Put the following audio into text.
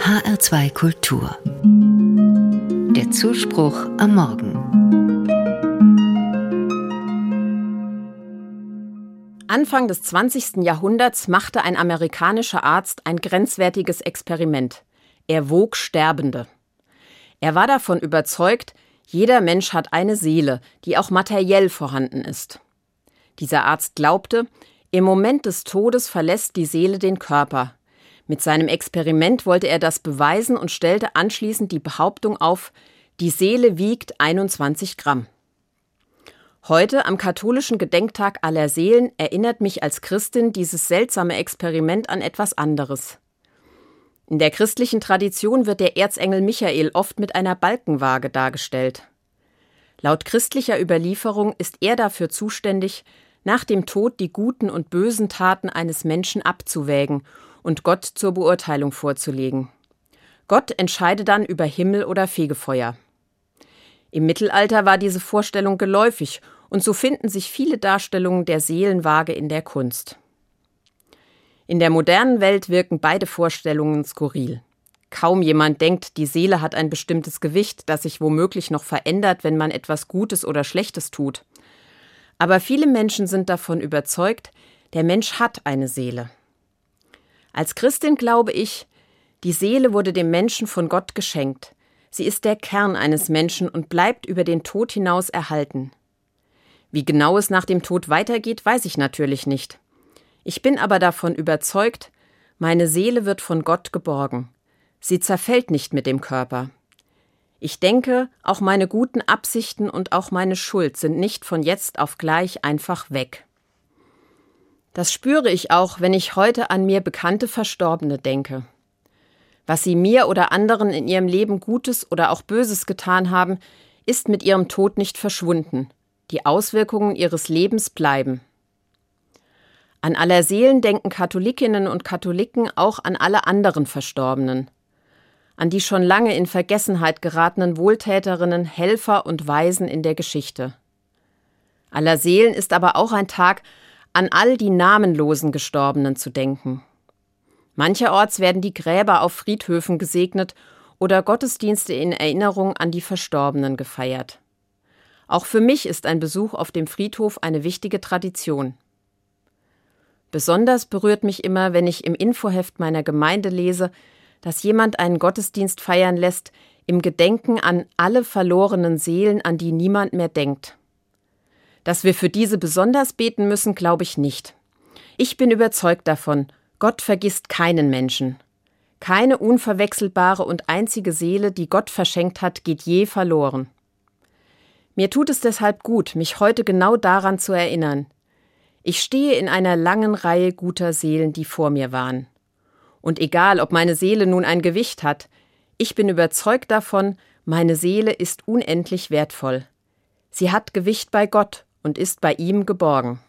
HR2 Kultur. Der Zuspruch am Morgen. Anfang des 20. Jahrhunderts machte ein amerikanischer Arzt ein grenzwertiges Experiment. Er wog Sterbende. Er war davon überzeugt, jeder Mensch hat eine Seele, die auch materiell vorhanden ist. Dieser Arzt glaubte, im Moment des Todes verlässt die Seele den Körper. Mit seinem Experiment wollte er das beweisen und stellte anschließend die Behauptung auf, die Seele wiegt 21 Gramm. Heute, am katholischen Gedenktag aller Seelen, erinnert mich als Christin dieses seltsame Experiment an etwas anderes. In der christlichen Tradition wird der Erzengel Michael oft mit einer Balkenwaage dargestellt. Laut christlicher Überlieferung ist er dafür zuständig, nach dem Tod die guten und bösen Taten eines Menschen abzuwägen und Gott zur Beurteilung vorzulegen. Gott entscheide dann über Himmel oder Fegefeuer. Im Mittelalter war diese Vorstellung geläufig und so finden sich viele Darstellungen der Seelenwaage in der Kunst. In der modernen Welt wirken beide Vorstellungen skurril. Kaum jemand denkt, die Seele hat ein bestimmtes Gewicht, das sich womöglich noch verändert, wenn man etwas Gutes oder Schlechtes tut. Aber viele Menschen sind davon überzeugt, der Mensch hat eine Seele. Als Christin glaube ich, die Seele wurde dem Menschen von Gott geschenkt. Sie ist der Kern eines Menschen und bleibt über den Tod hinaus erhalten. Wie genau es nach dem Tod weitergeht, weiß ich natürlich nicht. Ich bin aber davon überzeugt, meine Seele wird von Gott geborgen. Sie zerfällt nicht mit dem Körper. Ich denke, auch meine guten Absichten und auch meine Schuld sind nicht von jetzt auf gleich einfach weg. Das spüre ich auch, wenn ich heute an mir bekannte Verstorbene denke. Was sie mir oder anderen in ihrem Leben Gutes oder auch Böses getan haben, ist mit ihrem Tod nicht verschwunden. Die Auswirkungen ihres Lebens bleiben. An Allerseelen denken Katholikinnen und Katholiken auch an alle anderen Verstorbenen. An die schon lange in Vergessenheit geratenen Wohltäterinnen, Helfer und Waisen in der Geschichte. Allerseelen ist aber auch ein Tag, an all die namenlosen Gestorbenen zu denken. Mancherorts werden die Gräber auf Friedhöfen gesegnet oder Gottesdienste in Erinnerung an die Verstorbenen gefeiert. Auch für mich ist ein Besuch auf dem Friedhof eine wichtige Tradition. Besonders berührt mich immer, wenn ich im Infoheft meiner Gemeinde lese, dass jemand einen Gottesdienst feiern lässt, im Gedenken an alle verlorenen Seelen, an die niemand mehr denkt. Dass wir für diese besonders beten müssen, glaube ich nicht. Ich bin überzeugt davon, Gott vergisst keinen Menschen. Keine unverwechselbare und einzige Seele, die Gott verschenkt hat, geht je verloren. Mir tut es deshalb gut, mich heute genau daran zu erinnern. Ich stehe in einer langen Reihe guter Seelen, die vor mir waren. Und egal, ob meine Seele nun ein Gewicht hat, ich bin überzeugt davon, meine Seele ist unendlich wertvoll. Sie hat Gewicht bei Gott und ist bei ihm geborgen.